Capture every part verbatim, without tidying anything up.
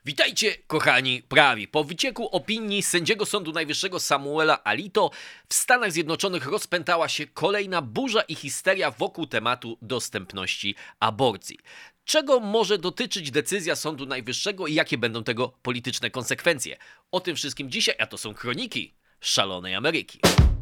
Witajcie, kochani prawi. Po wycieku opinii sędziego Sądu Najwyższego Samuela Alito w Stanach Zjednoczonych rozpętała się kolejna burza i histeria wokół tematu dostępności aborcji. Czego może dotyczyć decyzja Sądu Najwyższego i jakie będą tego polityczne konsekwencje? O tym wszystkim dzisiaj, a to są kroniki szalonej Ameryki.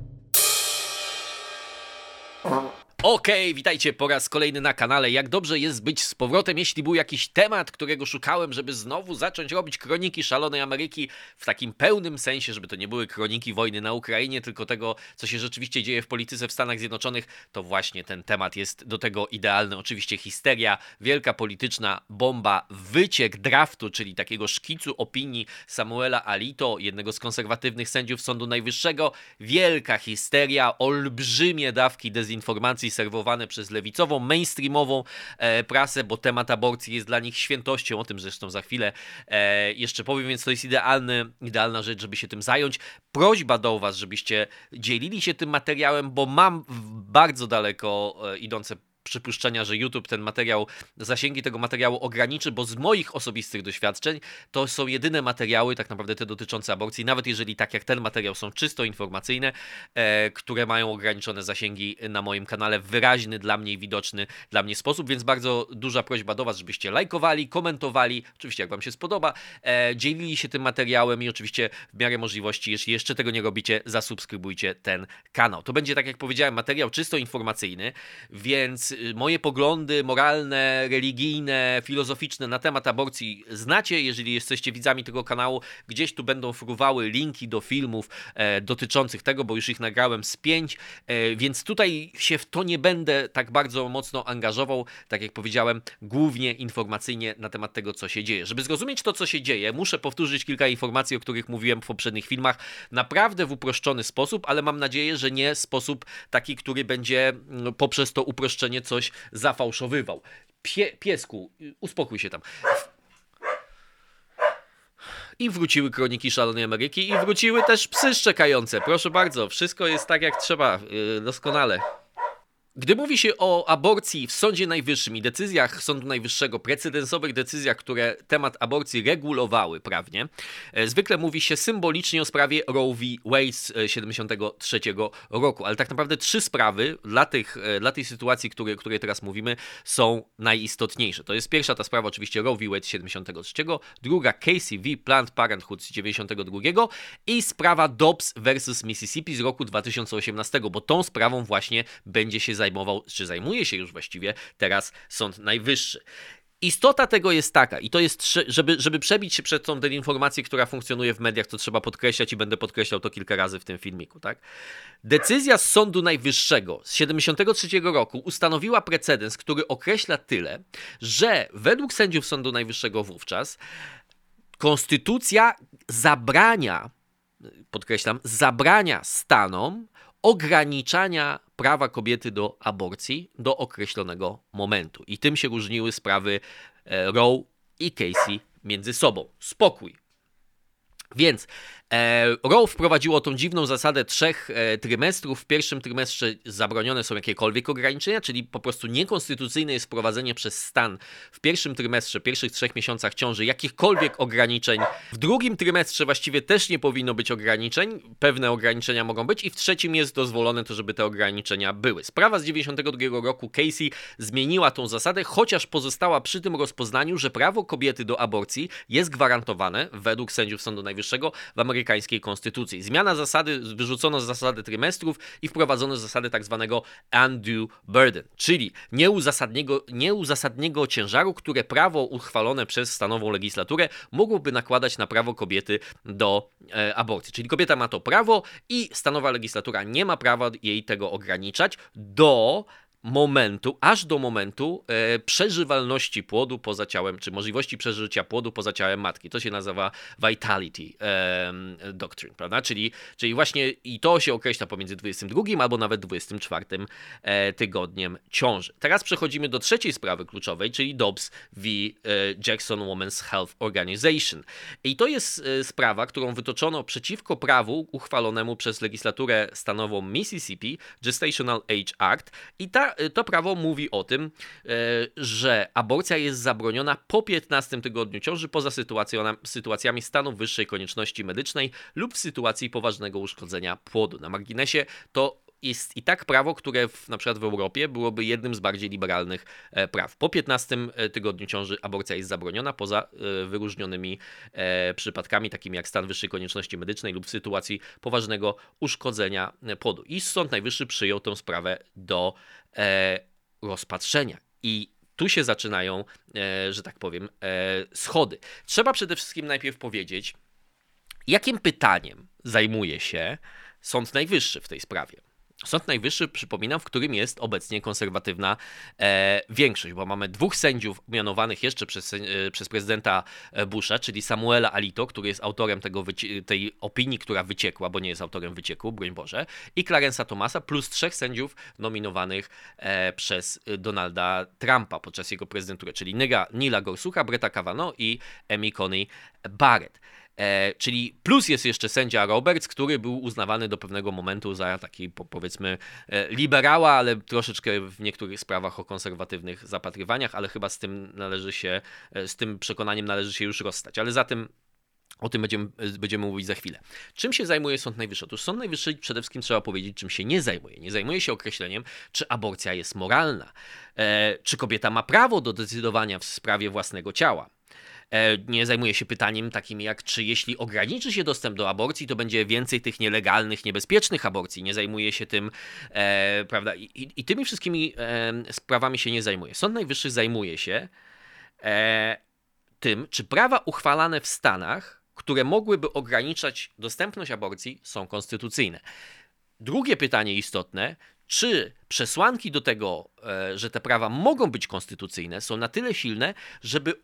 Okej, okay, witajcie po raz kolejny na kanale. Jak dobrze jest być z powrotem, jeśli był jakiś temat, którego szukałem, żeby znowu zacząć robić kroniki szalonej Ameryki w takim pełnym sensie, żeby to nie były kroniki wojny na Ukrainie, tylko tego, co się rzeczywiście dzieje w polityce w Stanach Zjednoczonych, to właśnie ten temat jest do tego idealny. Oczywiście histeria, wielka polityczna bomba, wyciek draftu, czyli takiego szkicu opinii Samuela Alito, jednego z konserwatywnych sędziów Sądu Najwyższego, wielka histeria, olbrzymie dawki dezinformacji serwowane przez lewicową, mainstreamową e, prasę, bo temat aborcji jest dla nich świętością, o tym zresztą za chwilę e, jeszcze powiem, więc to jest idealny, idealna rzecz, żeby się tym zająć. Prośba do was, żebyście dzielili się tym materiałem, bo mam bardzo daleko e, idące przypuszczenia, że YouTube ten materiał, zasięgi tego materiału ograniczy, bo z moich osobistych doświadczeń to są jedyne materiały, tak naprawdę te dotyczące aborcji, nawet jeżeli tak jak ten materiał są czysto informacyjne, e, które mają ograniczone zasięgi na moim kanale w wyraźny, dla mnie widoczny, dla mnie sposób, więc bardzo duża prośba do was, żebyście lajkowali, komentowali, oczywiście jak wam się spodoba, e, dzielili się tym materiałem i oczywiście w miarę możliwości, jeśli jeszcze tego nie robicie, zasubskrybujcie ten kanał. To będzie, tak jak powiedziałem, materiał czysto informacyjny, więc moje poglądy moralne, religijne, filozoficzne na temat aborcji znacie, jeżeli jesteście widzami tego kanału, gdzieś tu będą fruwały linki do filmów e, dotyczących tego, bo już ich nagrałem z pięć, e, więc tutaj się w to nie będę tak bardzo mocno angażował, tak jak powiedziałem, głównie informacyjnie na temat tego, co się dzieje. Żeby zrozumieć to, co się dzieje, muszę powtórzyć kilka informacji, o których mówiłem w poprzednich filmach, naprawdę w uproszczony sposób, ale mam nadzieję, że nie sposób taki, który będzie poprzez to uproszczenie coś zafałszowywał. Pie, piesku, uspokój się tam. I wróciły kroniki szalonej Ameryki i wróciły też psy szczekające. Proszę bardzo, wszystko jest tak jak trzeba, yy, doskonale. Gdy mówi się o aborcji w Sądzie Najwyższym i decyzjach Sądu Najwyższego, precedensowych decyzjach, które temat aborcji regulowały prawnie, zwykle mówi się symbolicznie o sprawie Roe v. Wade z siedemdziesiątego trzeciego roku, ale tak naprawdę trzy sprawy dla, tych, dla tej sytuacji, której, której teraz mówimy, są najistotniejsze. To jest pierwsza ta sprawa oczywiście Roe v. Wade z siedemdziesiątego trzeciego, druga Casey v. Planned Parenthood z dziewięćdziesiątego drugiego i sprawa Dobbs versus Mississippi z roku dwa tysiące osiemnastego, bo tą sprawą właśnie będzie się zajmował, czy zajmuje się już właściwie teraz Sąd Najwyższy. Istota tego jest taka, i to jest, żeby, żeby przebić się przed tą dezinformacją, która funkcjonuje w mediach, to trzeba podkreślać i będę podkreślał to kilka razy w tym filmiku, tak? Decyzja z Sądu Najwyższego z siedemdziesiątego trzeciego roku ustanowiła precedens, który określa tyle, że według sędziów Sądu Najwyższego wówczas konstytucja zabrania, podkreślam, zabrania stanom ograniczania prawa kobiety do aborcji do określonego momentu. I tym się różniły sprawy Roe i Casey między sobą. Spokój. Więc e, Roe wprowadziło tą dziwną zasadę trzech e, trymestrów. W pierwszym trymestrze zabronione są jakiekolwiek ograniczenia, czyli po prostu niekonstytucyjne jest wprowadzenie przez stan w pierwszym trymestrze, pierwszych trzech miesiącach ciąży jakichkolwiek ograniczeń. W drugim trymestrze właściwie też nie powinno być ograniczeń, pewne ograniczenia mogą być i w trzecim jest dozwolone to, żeby te ograniczenia były. Sprawa z dziewięćdziesiątego drugiego roku Casey zmieniła tą zasadę, chociaż pozostała przy tym rozpoznaniu, że prawo kobiety do aborcji jest gwarantowane według sędziów Sądu Najwyższego w amerykańskiej konstytucji. Zmiana zasady, wyrzucono z zasady trymestrów i wprowadzono zasady tak zwanego undue burden, czyli nieuzasadniego, nieuzasadniego ciężaru, które prawo uchwalone przez stanową legislaturę mogłoby nakładać na prawo kobiety do e, aborcji. Czyli kobieta ma to prawo i stanowa legislatura nie ma prawa jej tego ograniczać do momentu, aż do momentu e, przeżywalności płodu poza ciałem, czy możliwości przeżycia płodu poza ciałem matki. To się nazywa vitality e, doctrine, prawda? Czyli, czyli właśnie i to się określa pomiędzy dwudziestym drugim albo nawet dwudziestym czwartym e, tygodniem ciąży. Teraz przechodzimy do trzeciej sprawy kluczowej, czyli Dobbs v. Jackson Women's Health Organization. I to jest e, sprawa, którą wytoczono przeciwko prawu uchwalonemu przez legislaturę stanową Mississippi, Gestational Age Act, i ta pra- to prawo mówi o tym, e, że aborcja jest zabroniona po piętnastym tygodniu ciąży poza sytuacjona- sytuacjami stanu wyższej konieczności medycznej lub w sytuacji poważnego uszkodzenia płodu. Na marginesie to jest i tak prawo, które w, na przykład w Europie byłoby jednym z bardziej liberalnych e, praw. Po piętnastym tygodniu ciąży aborcja jest zabroniona poza e, wyróżnionymi e, przypadkami, takimi jak stan wyższej konieczności medycznej lub w sytuacji poważnego uszkodzenia płodu. I Sąd Najwyższy przyjął tę sprawę do e, rozpatrzenia. I tu się zaczynają, e, że tak powiem, e, schody. Trzeba przede wszystkim najpierw powiedzieć, jakim pytaniem zajmuje się Sąd Najwyższy w tej sprawie. Sąd Najwyższy, przypominam, w którym jest obecnie konserwatywna e, większość, bo mamy dwóch sędziów mianowanych jeszcze przez, e, przez prezydenta Busha, czyli Samuela Alito, który jest autorem tego wyci- tej opinii, która wyciekła, bo nie jest autorem wycieku, broń Boże, i Clarence'a Thomasa, plus trzech sędziów nominowanych e, przez Donalda Trumpa podczas jego prezydentury, czyli Nila, Nila Gorsucha, Bretta Kavanaugh i Amy Coney Barrett. E, czyli plus jest jeszcze sędzia Roberts, który był uznawany do pewnego momentu za taki, po, powiedzmy, e, liberała, ale troszeczkę w niektórych sprawach o konserwatywnych zapatrywaniach, ale chyba z tym należy się, e, z tym przekonaniem należy się już rozstać. Ale za tym o tym będziemy, będziemy mówić za chwilę. Czym się zajmuje Sąd Najwyższy? Otóż Sąd Najwyższy przede wszystkim trzeba powiedzieć, czym się nie zajmuje. Nie zajmuje się określeniem, czy aborcja jest moralna, e, czy kobieta ma prawo do decydowania w sprawie własnego ciała. Nie zajmuje się pytaniem takim jak, czy jeśli ograniczy się dostęp do aborcji, to będzie więcej tych nielegalnych, niebezpiecznych aborcji. Nie zajmuje się tym, e, prawda, I, i, i tymi wszystkimi e, sprawami się nie zajmuje. Sąd Najwyższy zajmuje się e, tym, czy prawa uchwalane w Stanach, które mogłyby ograniczać dostępność aborcji, są konstytucyjne. Drugie pytanie istotne, czy przesłanki do tego, e, że te prawa mogą być konstytucyjne, są na tyle silne, żeby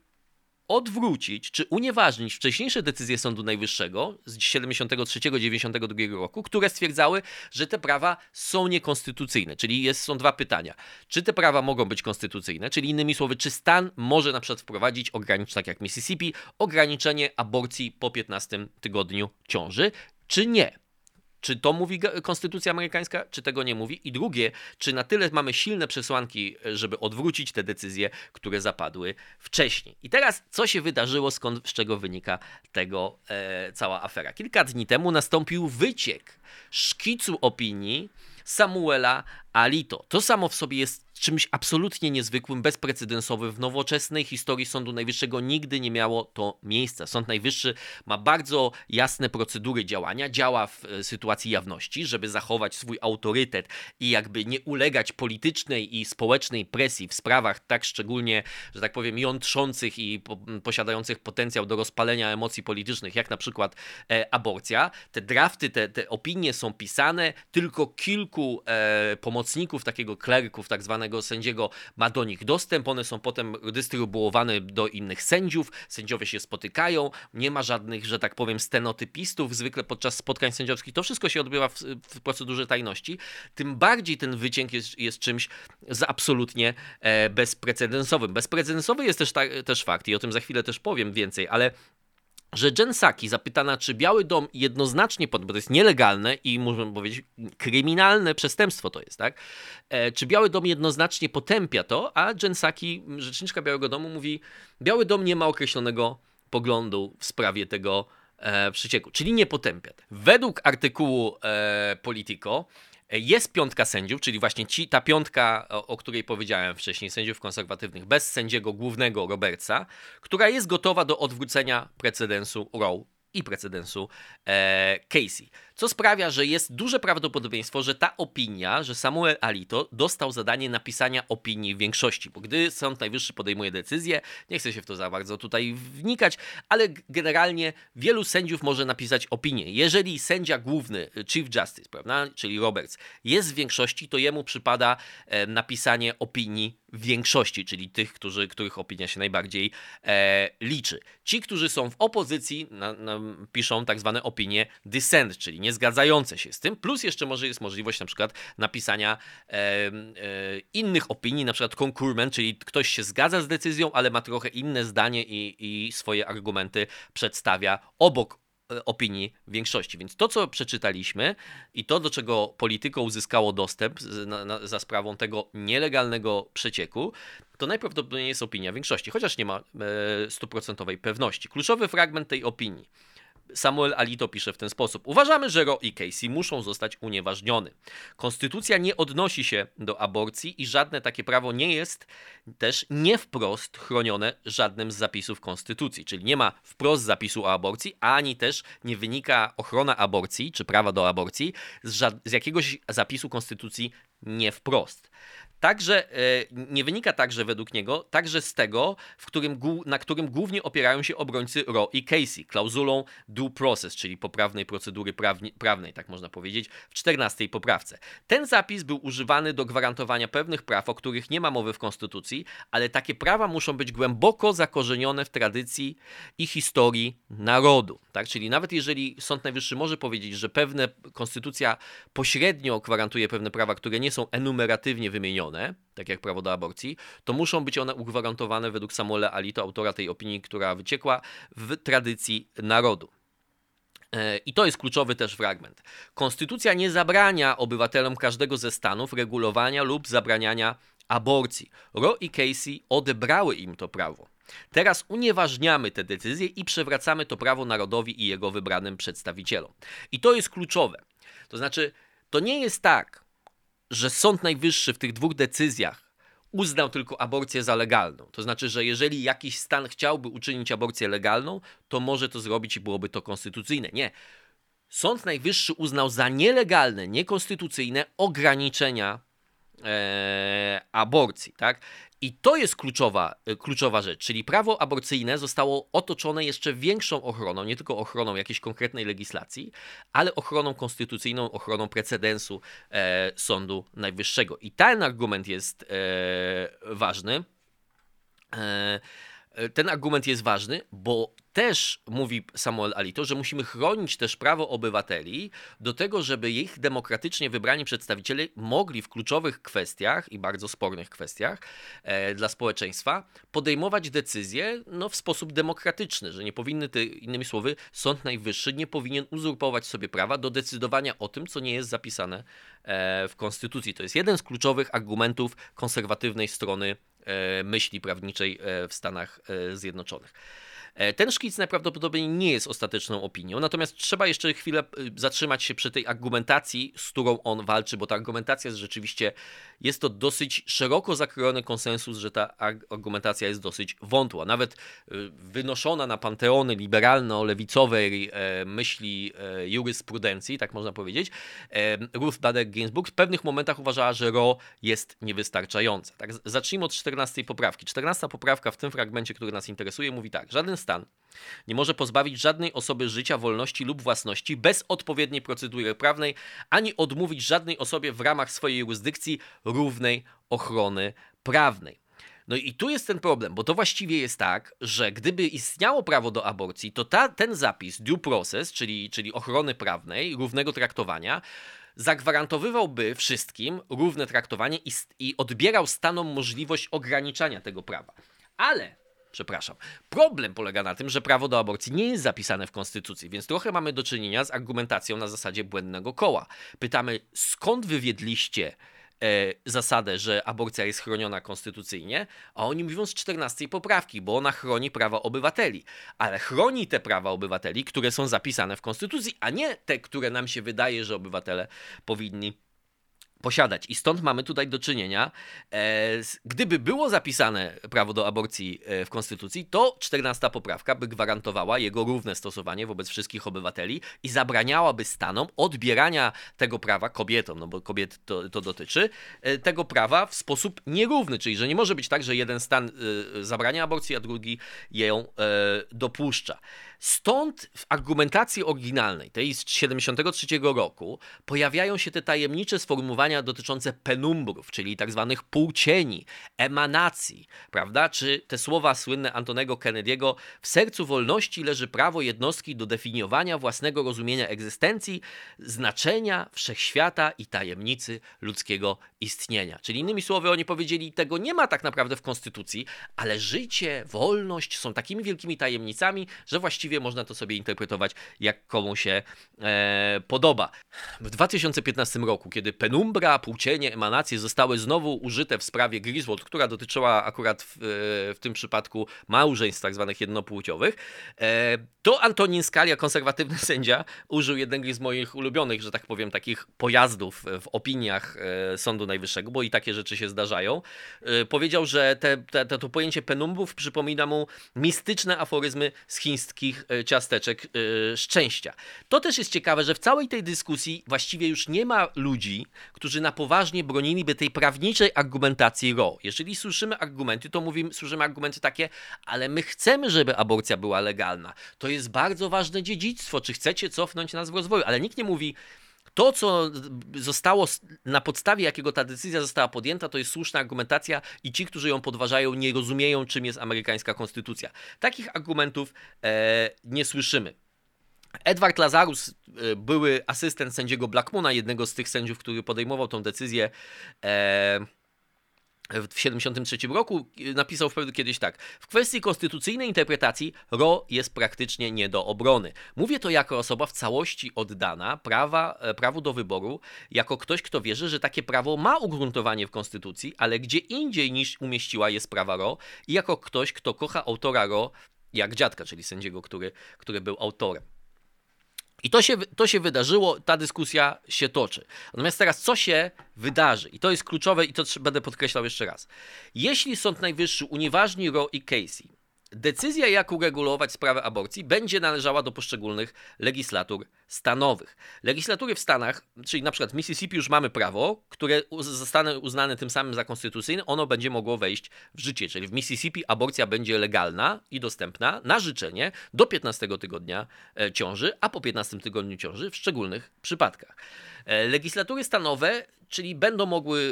odwrócić czy unieważnić wcześniejsze decyzje Sądu Najwyższego z siedemdziesiątego trzeciego dziewięćdziesiątego drugiego roku, które stwierdzały, że te prawa są niekonstytucyjne. Czyli jest, są dwa pytania. Czy te prawa mogą być konstytucyjne? Czyli innymi słowy, czy stan może na przykład wprowadzić, ogranicz, tak jak Mississippi, ograniczenie aborcji po piętnastym tygodniu ciąży, czy nie? Czy to mówi konstytucja amerykańska, czy tego nie mówi? I drugie, czy na tyle mamy silne przesłanki, żeby odwrócić te decyzje, które zapadły wcześniej? I teraz, co się wydarzyło, skąd, z czego wynika tego e, cała afera? Kilka dni temu nastąpił wyciek szkicu opinii Samuela Alito. To samo w sobie jest czymś absolutnie niezwykłym, bezprecedensowym. W nowoczesnej historii Sądu Najwyższego nigdy nie miało to miejsca. Sąd Najwyższy ma bardzo jasne procedury działania, działa w sytuacji jawności, żeby zachować swój autorytet i jakby nie ulegać politycznej i społecznej presji w sprawach tak szczególnie, że tak powiem, jątrzących i po, posiadających potencjał do rozpalenia emocji politycznych, jak na przykład e, aborcja. Te drafty, te, te opinie są pisane, tylko kilku e, pomocników, takiego kleryków, tak zwanego sędziego ma do nich dostęp, one są potem dystrybuowane do innych sędziów, sędziowie się spotykają, nie ma żadnych, że tak powiem, stenotypistów, zwykle podczas spotkań sędziowskich to wszystko się odbywa w, w procedurze tajności, tym bardziej ten wyciek jest, jest czymś za absolutnie e, bezprecedensowym. Bezprecedensowy jest też, ta, też fakt i o tym za chwilę też powiem więcej, ale że Jen Psaki zapytana, czy Biały Dom jednoznacznie, bo to jest nielegalne i możemy powiedzieć kryminalne przestępstwo to jest, tak? E, czy Biały Dom jednoznacznie potępia to, a Jen Psaki, rzeczniczka Białego Domu, mówi, Biały Dom nie ma określonego poglądu w sprawie tego e, przecieku, czyli nie potępia. Według artykułu e, Politico jest piątka sędziów, czyli właśnie ci, ta piątka, o, o której powiedziałem wcześniej, sędziów konserwatywnych, bez sędziego głównego Robertsa, która jest gotowa do odwrócenia precedensu Roe i precedensu e, Casey. Co sprawia, że jest duże prawdopodobieństwo, że ta opinia, że Samuel Alito dostał zadanie napisania opinii w większości, bo gdy Sąd Najwyższy podejmuje decyzję, nie chcę się w to za bardzo tutaj wnikać, ale generalnie wielu sędziów może napisać opinię. Jeżeli sędzia główny, Chief Justice, prawda, czyli Roberts, jest w większości, to jemu przypada e, napisanie opinii w większości, czyli tych, którzy, których opinia się najbardziej e, liczy. Ci, którzy są w opozycji, na, na, piszą tak zwane opinie dissent, czyli niezgadzające się z tym, plus jeszcze może jest możliwość na przykład napisania e, e, innych opinii, na przykład concurrent, czyli ktoś się zgadza z decyzją, ale ma trochę inne zdanie i, i swoje argumenty przedstawia obok opinii większości. Więc to, co przeczytaliśmy i to, do czego Politico uzyskało dostęp na, na, za sprawą tego nielegalnego przecieku, to najprawdopodobniej jest opinia większości, chociaż nie ma stuprocentowej pewności. Kluczowy fragment tej opinii. Samuel Alito pisze w ten sposób. Uważamy, że Roe i Casey muszą zostać unieważnione. Konstytucja nie odnosi się do aborcji i żadne takie prawo nie jest też nie wprost chronione żadnym z zapisów Konstytucji. Czyli nie ma wprost zapisu o aborcji, ani też nie wynika ochrona aborcji czy prawa do aborcji z, żad- z jakiegoś zapisu Konstytucji nie wprost. Także e, nie wynika także według niego, także z tego, w którym, na którym głównie opierają się obrońcy Roe i Casey, klauzulą due process, czyli poprawnej procedury prawni, prawnej, tak można powiedzieć, w czternastej poprawce. Ten zapis był używany do gwarantowania pewnych praw, o których nie ma mowy w Konstytucji, ale takie prawa muszą być głęboko zakorzenione w tradycji i historii narodu. Tak? Czyli nawet jeżeli Sąd Najwyższy może powiedzieć, że pewne Konstytucja pośrednio gwarantuje pewne prawa, które nie są enumeratywnie wymienione, tak jak prawo do aborcji, to muszą być one ugwarantowane według Samuela Alito, autora tej opinii, która wyciekła, w tradycji narodu. I to jest kluczowy też fragment. Konstytucja nie zabrania obywatelom każdego ze stanów regulowania lub zabraniania aborcji. Roe i Casey odebrały im to prawo. Teraz unieważniamy te decyzje i przewracamy to prawo narodowi i jego wybranym przedstawicielom. I to jest kluczowe. To znaczy, to nie jest tak, że Sąd Najwyższy w tych dwóch decyzjach uznał tylko aborcję za legalną. To znaczy, że jeżeli jakiś stan chciałby uczynić aborcję legalną, to może to zrobić i byłoby to konstytucyjne. Nie. Sąd Najwyższy uznał za nielegalne, niekonstytucyjne ograniczenia e, aborcji, tak? I to jest kluczowa, kluczowa rzecz, czyli prawo aborcyjne zostało otoczone jeszcze większą ochroną, nie tylko ochroną jakiejś konkretnej legislacji, ale ochroną konstytucyjną, ochroną precedensu e, Sądu Najwyższego. I ten argument jest e, ważny. E, ten argument jest ważny, bo też mówi Samuel Alito, że musimy chronić też prawo obywateli do tego, żeby ich demokratycznie wybrani przedstawiciele mogli w kluczowych kwestiach i bardzo spornych kwestiach e, dla społeczeństwa podejmować decyzje no, w sposób demokratyczny, że nie powinny, te, innymi słowy, Sąd Najwyższy nie powinien uzurpować sobie prawa do decydowania o tym, co nie jest zapisane e, w Konstytucji. To jest jeden z kluczowych argumentów konserwatywnej strony e, myśli prawniczej e, w Stanach e, Zjednoczonych. Ten szkic najprawdopodobniej nie jest ostateczną opinią, natomiast trzeba jeszcze chwilę zatrzymać się przy tej argumentacji, z którą on walczy, bo ta argumentacja jest rzeczywiście, jest to dosyć szeroko zakrojony konsensus, że ta argumentacja jest dosyć wątła. Nawet wynoszona na panteony liberalno-lewicowej myśli jurysprudencji, tak można powiedzieć, Ruth Bader Ginsburg w pewnych momentach uważała, że Roe jest niewystarczające. Tak, zacznijmy od czternastej poprawki. czternasta poprawka w tym fragmencie, który nas interesuje, mówi tak: żaden stan nie może pozbawić żadnej osoby życia, wolności lub własności bez odpowiedniej procedury prawnej, ani odmówić żadnej osobie w ramach swojej jurysdykcji równej ochrony prawnej. No i tu jest ten problem, bo to właściwie jest tak, że gdyby istniało prawo do aborcji, to ta, ten zapis due process, czyli, czyli ochrony prawnej, równego traktowania, zagwarantowywałby wszystkim równe traktowanie i, i odbierał stanom możliwość ograniczania tego prawa. Ale Przepraszam. Problem polega na tym, że prawo do aborcji nie jest zapisane w Konstytucji, więc trochę mamy do czynienia z argumentacją na zasadzie błędnego koła. Pytamy, skąd wywiedliście e, zasadę, że aborcja jest chroniona konstytucyjnie, a oni mówią z czternastej poprawki, bo ona chroni prawa obywateli. Ale chroni te prawa obywateli, które są zapisane w Konstytucji, a nie te, które nam się wydaje, że obywatele powinni posiadać. I stąd mamy tutaj do czynienia, e, z, gdyby było zapisane prawo do aborcji e, w Konstytucji, to czternasta poprawka by gwarantowała jego równe stosowanie wobec wszystkich obywateli i zabraniałaby stanom odbierania tego prawa kobietom, no bo kobiet to, to dotyczy, e, tego prawa w sposób nierówny, czyli że nie może być tak, że jeden stan e, zabrania aborcji, a drugi ją e, dopuszcza. Stąd w argumentacji oryginalnej, tej z siedemdziesiątego trzeciego roku, pojawiają się te tajemnicze sformułowania przekonania dotyczące penumbrów, czyli tak zwanych półcieni, emanacji, prawda? Czy te słowa słynne Antonego Kennedy'ego: w sercu wolności leży prawo jednostki do definiowania własnego rozumienia egzystencji, znaczenia wszechświata i tajemnicy ludzkiego istnienia. Czyli innymi słowy oni powiedzieli, tego nie ma tak naprawdę w konstytucji, ale życie, wolność są takimi wielkimi tajemnicami, że właściwie można to sobie interpretować jak komu się e, podoba. W dwa tysiące piętnastym roku, kiedy penumbra, półcienie, emanacje zostały znowu użyte w sprawie Griswold, która dotyczyła akurat w, w tym przypadku małżeństw tak zwanych jednopłciowych, e, to Antonin Scalia, konserwatywny sędzia, użył jednego z moich ulubionych, że tak powiem, takich pojazdów w opiniach e, Sądu Najwyższego, bo i takie rzeczy się zdarzają. E, powiedział, że te, te, to pojęcie penumbrów przypomina mu mistyczne aforyzmy z chińskich e, ciasteczek e, szczęścia. To też jest ciekawe, że w całej tej dyskusji właściwie już nie ma ludzi, którzy na poważnie broniliby tej prawniczej argumentacji Roe. Jeżeli słyszymy argumenty, to mówimy, słyszymy argumenty takie, ale my chcemy, żeby aborcja była legalna. To jest bardzo ważne dziedzictwo, czy chcecie cofnąć nas w rozwoju, ale nikt nie mówi, to, co zostało na podstawie jakiego ta decyzja została podjęta, to jest słuszna argumentacja i ci, którzy ją podważają, nie rozumieją, czym jest amerykańska konstytucja. Takich argumentów e, nie słyszymy. Edward Lazarus, były asystent sędziego Blackmuna, jednego z tych sędziów, który podejmował tą decyzję e, w tysiąc dziewięćset siedemdziesiątym trzecim roku, napisał kiedyś tak: w kwestii konstytucyjnej interpretacji Roe jest praktycznie nie do obrony. Mówię to jako osoba w całości oddana prawa, prawu do wyboru, jako ktoś, kto wierzy, że takie prawo ma ugruntowanie w konstytucji, ale gdzie indziej niż umieściła je sprawa Roe, i jako ktoś, kto kocha autora Roe jak dziadka, czyli sędziego, który, który był autorem. I to się, to się wydarzyło, ta dyskusja się toczy. Natomiast teraz co się wydarzy? I to jest kluczowe i to będę podkreślał jeszcze raz. Jeśli Sąd Najwyższy unieważni Roe i Casey, decyzja, jak uregulować sprawę aborcji, będzie należała do poszczególnych legislatur stanowych. Legislatury w Stanach, czyli na przykład w Mississippi już mamy prawo, które zostanie uznane tym samym za konstytucyjne, ono będzie mogło wejść w życie. Czyli w Mississippi aborcja będzie legalna i dostępna na życzenie do piętnastego tygodnia ciąży, a po piętnastym tygodniu ciąży w szczególnych przypadkach. Legislatury stanowe, czyli będą mogły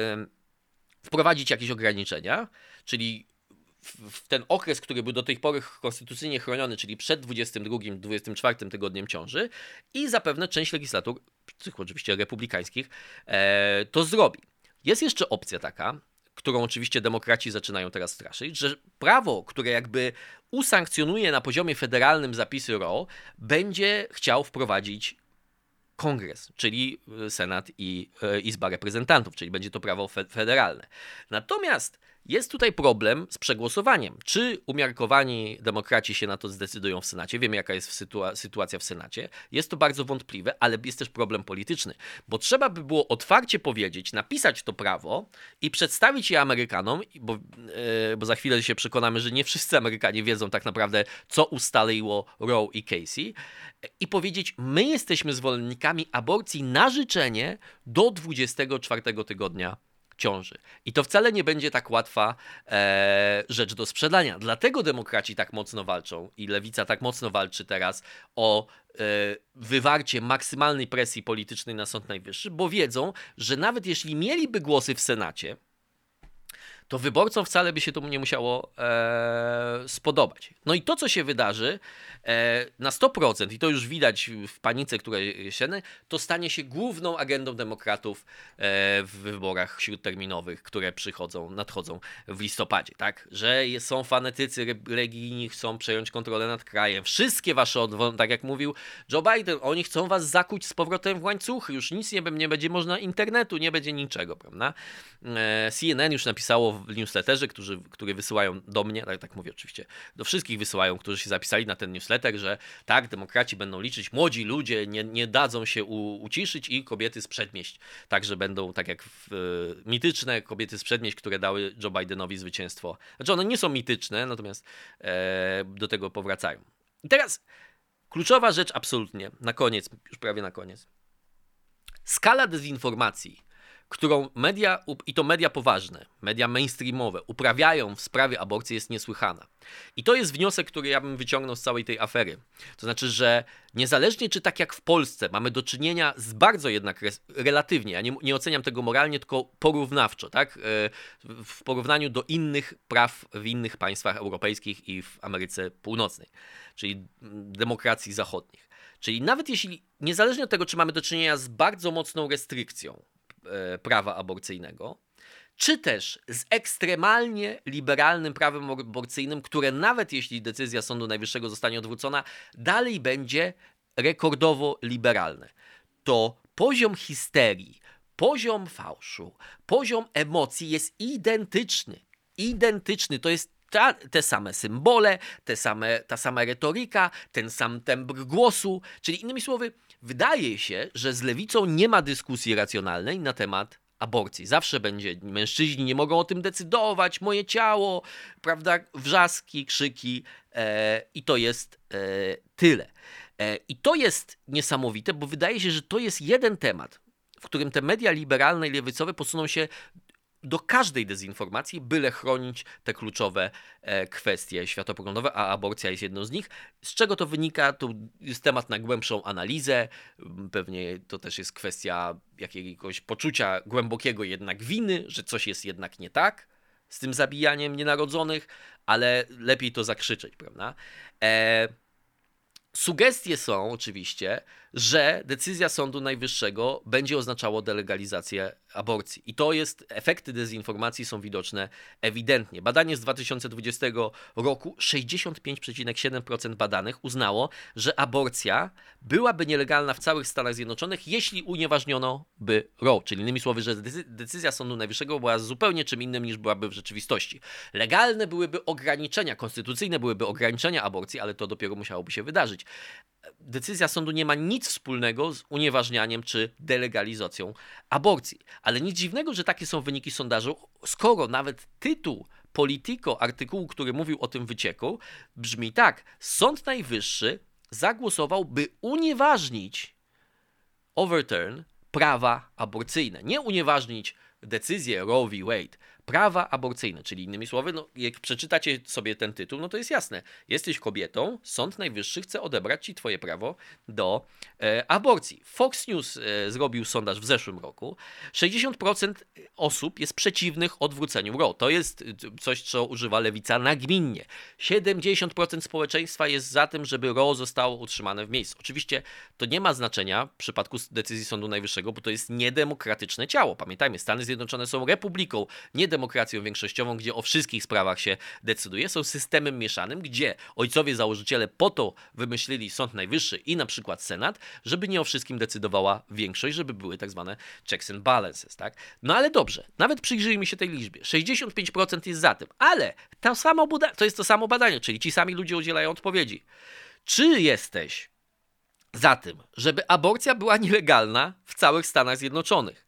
wprowadzić jakieś ograniczenia, czyli w ten okres, który był do tej pory konstytucyjnie chroniony, czyli przed dwudziestym drugim do dwudziestego czwartego tygodniem ciąży, i zapewne część legislatur, tych oczywiście republikańskich, e, to zrobi. Jest jeszcze opcja taka, którą oczywiście demokraci zaczynają teraz straszyć, że prawo, które jakby usankcjonuje na poziomie federalnym zapisy Roe, będzie chciał wprowadzić Kongres, czyli Senat i e, Izba Reprezentantów, czyli będzie to prawo fe- federalne. Natomiast jest tutaj problem z przegłosowaniem. Czy umiarkowani demokraci się na to zdecydują w Senacie? Wiemy, jaka jest sytua- sytuacja w Senacie. Jest to bardzo wątpliwe, ale jest też problem polityczny, bo trzeba by było otwarcie powiedzieć, napisać to prawo i przedstawić je Amerykanom, bo, yy, bo za chwilę się przekonamy, że nie wszyscy Amerykanie wiedzą tak naprawdę, co ustaliło Roe i Casey, i powiedzieć, my jesteśmy zwolennikami aborcji na życzenie do dwudziestego czwartego tygodnia ciąży. I to wcale nie będzie tak łatwa e, rzecz do sprzedania. Dlatego demokraci tak mocno walczą i lewica tak mocno walczy teraz o e, wywarcie maksymalnej presji politycznej na Sąd Najwyższy, bo wiedzą, że nawet jeśli mieliby głosy w Senacie, to wyborcom wcale by się to nie musiało e, spodobać. No i to, co się wydarzy e, na sto procent, i to już widać w panice, która jesiennej, to stanie się główną agendą demokratów e, w wyborach śródterminowych, które przychodzą, nadchodzą w listopadzie. Tak? Że są fanatycy religijni, chcą przejąć kontrolę nad krajem. Wszystkie wasze odwołania, tak jak mówił Joe Biden, oni chcą was zakuć z powrotem w łańcuchy. Już nic nie, nie będzie można internetu, nie będzie niczego, prawda? E, C N N już napisało w newsletterze, którzy, który wysyłają do mnie, tak, tak mówię oczywiście, do wszystkich wysyłają, którzy się zapisali na ten newsletter, że tak, demokraci będą liczyć, młodzi ludzie nie, nie dadzą się u, uciszyć i kobiety z przedmieść. Także będą, tak jak w, e, mityczne kobiety z przedmieść, które dały Joe Bidenowi zwycięstwo. Znaczy one nie są mityczne, natomiast e, do tego powracają. I teraz kluczowa rzecz absolutnie, na koniec, już prawie na koniec. Skala dezinformacji, którą media, i to media poważne, media mainstreamowe, uprawiają w sprawie aborcji, jest niesłychana. I to jest wniosek, który ja bym wyciągnął z całej tej afery. To znaczy, że niezależnie czy tak jak w Polsce mamy do czynienia z bardzo jednak relatywnie, ja nie, nie oceniam tego moralnie, tylko porównawczo, tak? W porównaniu do innych praw w innych państwach europejskich i w Ameryce Północnej, czyli demokracji zachodnich. Czyli nawet jeśli, niezależnie od tego, czy mamy do czynienia z bardzo mocną restrykcją prawa aborcyjnego, czy też z ekstremalnie liberalnym prawem aborcyjnym, które nawet jeśli decyzja Sądu Najwyższego zostanie odwrócona, dalej będzie rekordowo liberalne, to poziom histerii, poziom fałszu, poziom emocji jest identyczny. Identyczny. To jest ta, te same symbole, te same, ta sama retoryka, ten sam tembr głosu. Czyli innymi słowy, wydaje się, że z lewicą nie ma dyskusji racjonalnej na temat aborcji. Zawsze będzie, mężczyźni nie mogą o tym decydować, moje ciało, prawda, wrzaski, krzyki e, i to jest e, tyle. E, I to jest niesamowite, bo wydaje się, że to jest jeden temat, w którym te media liberalne i lewicowe posuną się do każdej dezinformacji, byle chronić te kluczowe e, kwestie światopoglądowe, a aborcja jest jedną z nich. Z czego to wynika? To jest temat na głębszą analizę. Pewnie to też jest kwestia jakiegoś poczucia głębokiego jednak winy, że coś jest jednak nie tak z tym zabijaniem nienarodzonych, ale lepiej to zakrzyczeć, prawda? E, Sugestie są oczywiście, że decyzja Sądu Najwyższego będzie oznaczało delegalizację aborcji. I to jest, efekty dezinformacji są widoczne ewidentnie. Badanie z dwa tysiące dwudziestego roku, sześćdziesiąt pięć przecinek siedem procent badanych uznało, że aborcja byłaby nielegalna w całych Stanach Zjednoczonych, jeśli unieważniono by Roe. Czyli innymi słowy, że decyzja Sądu Najwyższego była zupełnie czym innym niż byłaby w rzeczywistości. Legalne byłyby ograniczenia, konstytucyjne byłyby ograniczenia aborcji, ale to dopiero musiałoby się wydarzyć. Decyzja sądu nie ma nic wspólnego z unieważnianiem czy delegalizacją aborcji. Ale nic dziwnego, że takie są wyniki sondażu, skoro nawet tytuł Politico artykułu, który mówił o tym wycieku, brzmi tak: Sąd Najwyższy zagłosował, by unieważnić overturn prawa aborcyjne. Nie unieważnić decyzję Roe v. Wade, prawa aborcyjne, czyli innymi słowy, no, jak przeczytacie sobie ten tytuł, no to jest jasne. Jesteś kobietą, Sąd Najwyższy chce odebrać ci twoje prawo do e, aborcji. Fox News e, zrobił sondaż w zeszłym roku. sześćdziesiąt procent osób jest przeciwnych odwróceniu Roe. To jest coś, co używa lewica nagminnie. siedemdziesiąt procent społeczeństwa jest za tym, żeby Roe zostało utrzymane w miejscu. Oczywiście to nie ma znaczenia w przypadku decyzji Sądu Najwyższego, bo to jest niedemokratyczne ciało. Pamiętajmy, Stany Zjednoczone są republiką, nie demokracją większościową, gdzie o wszystkich sprawach się decyduje. Są systemem mieszanym, gdzie ojcowie założyciele po to wymyślili Sąd Najwyższy i na przykład Senat, żeby nie o wszystkim decydowała większość, żeby były tak zwane checks and balances, tak? No ale dobrze, nawet przyjrzyjmy się tej liczbie. sześćdziesiąt pięć procent jest za tym, ale to, samo buda- to jest to samo badanie, czyli ci sami ludzie udzielają odpowiedzi. Czy jesteś za tym, żeby aborcja była nielegalna w całych Stanach Zjednoczonych?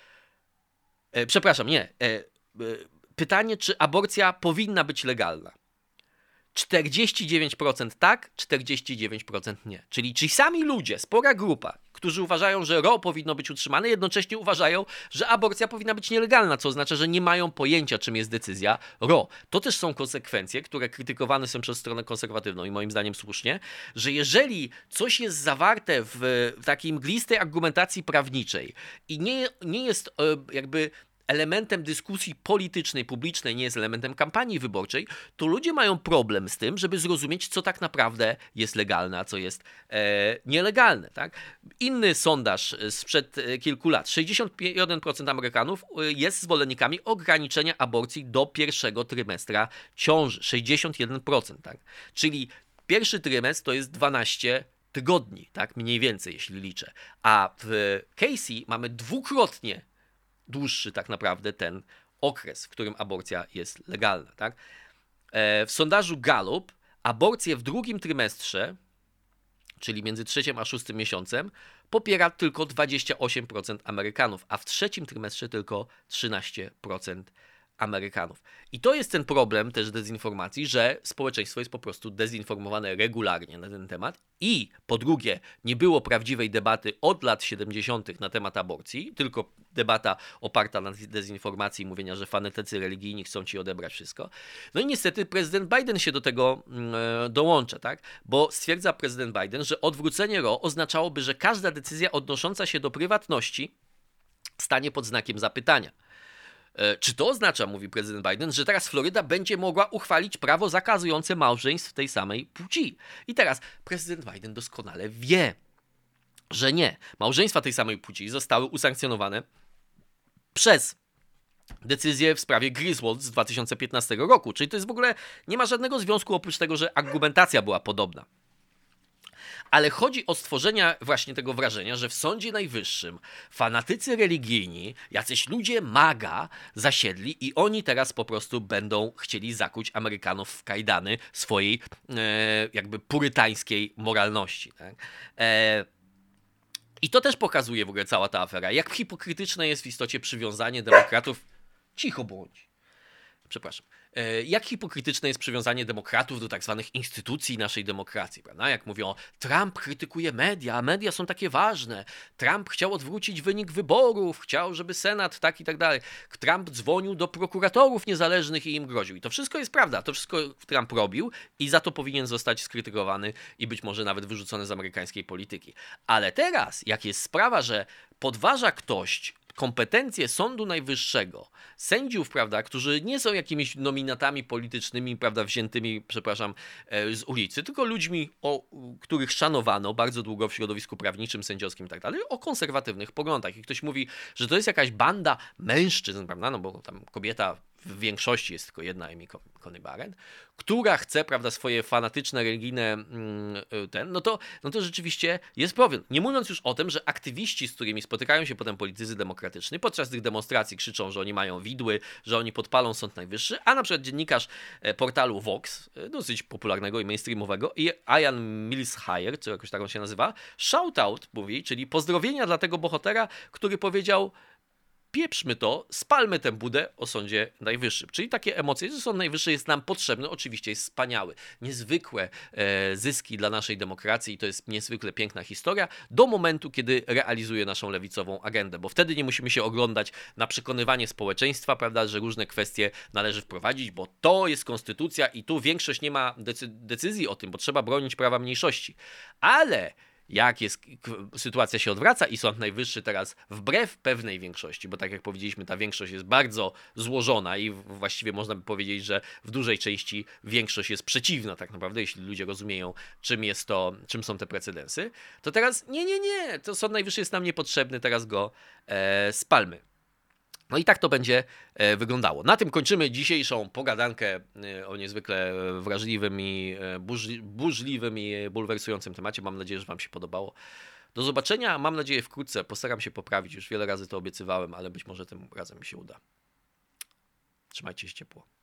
E, przepraszam, nie. E, Pytanie, czy aborcja powinna być legalna? czterdzieści dziewięć procent tak, czterdzieści dziewięć procent nie. Czyli ci sami ludzie, spora grupa, którzy uważają, że Roe powinno być utrzymane, jednocześnie uważają, że aborcja powinna być nielegalna, co oznacza, że nie mają pojęcia, czym jest decyzja Roe. To też są konsekwencje, które krytykowane są przez stronę konserwatywną i moim zdaniem słusznie, że jeżeli coś jest zawarte w takiej mglistej argumentacji prawniczej i nie, nie jest jakby elementem dyskusji politycznej, publicznej, nie jest elementem kampanii wyborczej, to ludzie mają problem z tym, żeby zrozumieć, co tak naprawdę jest legalne, a co jest e, nielegalne. Tak? Inny sondaż sprzed kilku lat. sześćdziesiąt jeden procent Amerykanów jest zwolennikami ograniczenia aborcji do pierwszego trymestra ciąży. sześćdziesiąt jeden procent. Tak? Czyli pierwszy trymestr to jest dwanaście tygodni, tak? Mniej więcej, jeśli liczę. A w Casey mamy dwukrotnie dłuższy tak naprawdę ten okres, w którym aborcja jest legalna. Tak? W sondażu Gallup aborcję w drugim trymestrze, czyli między trzecim a szóstym miesiącem, popiera tylko dwadzieścia osiem procent Amerykanów, a w trzecim trymestrze tylko trzynaście procent Amerykanów. I to jest ten problem też dezinformacji, że społeczeństwo jest po prostu dezinformowane regularnie na ten temat i po drugie nie było prawdziwej debaty od lat siedemdziesiątych na temat aborcji, tylko debata oparta na dezinformacji i mówienia, że fanatycy religijni chcą ci odebrać wszystko. No i niestety prezydent Biden się do tego yy, dołącza, tak? Bo stwierdza prezydent Biden, że odwrócenie Roe oznaczałoby, że każda decyzja odnosząca się do prywatności stanie pod znakiem zapytania. Czy to oznacza, mówi prezydent Biden, że teraz Floryda będzie mogła uchwalić prawo zakazujące małżeństw tej samej płci? I teraz prezydent Biden doskonale wie, że nie. Małżeństwa tej samej płci zostały usankcjonowane przez decyzję w sprawie Griswold z dwa tysiące piętnastego roku. Czyli to jest w ogóle, nie ma żadnego związku oprócz tego, że argumentacja była podobna. Ale chodzi o stworzenie właśnie tego wrażenia, że w Sądzie Najwyższym fanatycy religijni, jacyś ludzie maga zasiedli i oni teraz po prostu będą chcieli zakuć Amerykanów w kajdany swojej e, jakby purytańskiej moralności. Tak? E, I to też pokazuje w ogóle cała ta afera, jak hipokrytyczne jest w istocie przywiązanie demokratów... Cicho bądź. Przepraszam. Jak hipokrytyczne jest przywiązanie demokratów do tak zwanych instytucji naszej demokracji, prawda? Jak mówią, Trump krytykuje media, a media są takie ważne. Trump chciał odwrócić wynik wyborów, chciał, żeby Senat tak i tak dalej. Trump dzwonił do prokuratorów niezależnych i im groził. I to wszystko jest prawda, to wszystko Trump robił i za to powinien zostać skrytykowany i być może nawet wyrzucony z amerykańskiej polityki. Ale teraz, jak jest sprawa, że podważa ktoś kompetencje Sądu Najwyższego, sędziów, prawda, którzy nie są jakimiś nominatami politycznymi, prawda, wziętymi, przepraszam, z ulicy, tylko ludźmi, o, których szanowano bardzo długo w środowisku prawniczym, sędziowskim i tak dalej, o konserwatywnych poglądach. I ktoś mówi, że to jest jakaś banda mężczyzn, prawda, no bo tam kobieta w większości jest tylko jedna, Amy Coney Barrett, która chce, prawda, swoje fanatyczne, religijne ten, no to, no to rzeczywiście jest problem. Nie mówiąc już o tym, że aktywiści, z którymi spotykają się potem politycy demokratyczni, podczas tych demonstracji krzyczą, że oni mają widły, że oni podpalą Sąd Najwyższy, a na przykład dziennikarz portalu Vox, dosyć popularnego i mainstreamowego, i Ian Millshire, czy jakoś tak on się nazywa, shoutout mówi, czyli pozdrowienia dla tego bohatera, który powiedział: pieprzmy to, spalmy tę budę o Sądzie Najwyższym. Czyli takie emocje, że Sąd Najwyższy jest nam potrzebny, oczywiście jest wspaniały. Niezwykłe e, zyski dla naszej demokracji i to jest niezwykle piękna historia do momentu, kiedy realizuje naszą lewicową agendę, bo wtedy nie musimy się oglądać na przekonywanie społeczeństwa, prawda, że różne kwestie należy wprowadzić, bo to jest konstytucja i tu większość nie ma decy- decyzji o tym, bo trzeba bronić prawa mniejszości. Ale jak jest, sytuacja się odwraca i Sąd Najwyższy teraz wbrew pewnej większości, bo tak jak powiedzieliśmy, ta większość jest bardzo złożona i właściwie można by powiedzieć, że w dużej części większość jest przeciwna tak naprawdę, jeśli ludzie rozumieją, czym jest to, czym są te precedensy, to teraz nie, nie, nie, to Sąd Najwyższy jest nam niepotrzebny, teraz go e, spalmy. No i tak to będzie e, wyglądało. Na tym kończymy dzisiejszą pogadankę e, o niezwykle wrażliwym i e, burzli, burzliwym i bulwersującym temacie. Mam nadzieję, że wam się podobało. Do zobaczenia, mam nadzieję wkrótce. Postaram się poprawić. Już wiele razy to obiecywałem, ale być może tym razem mi się uda. Trzymajcie się ciepło.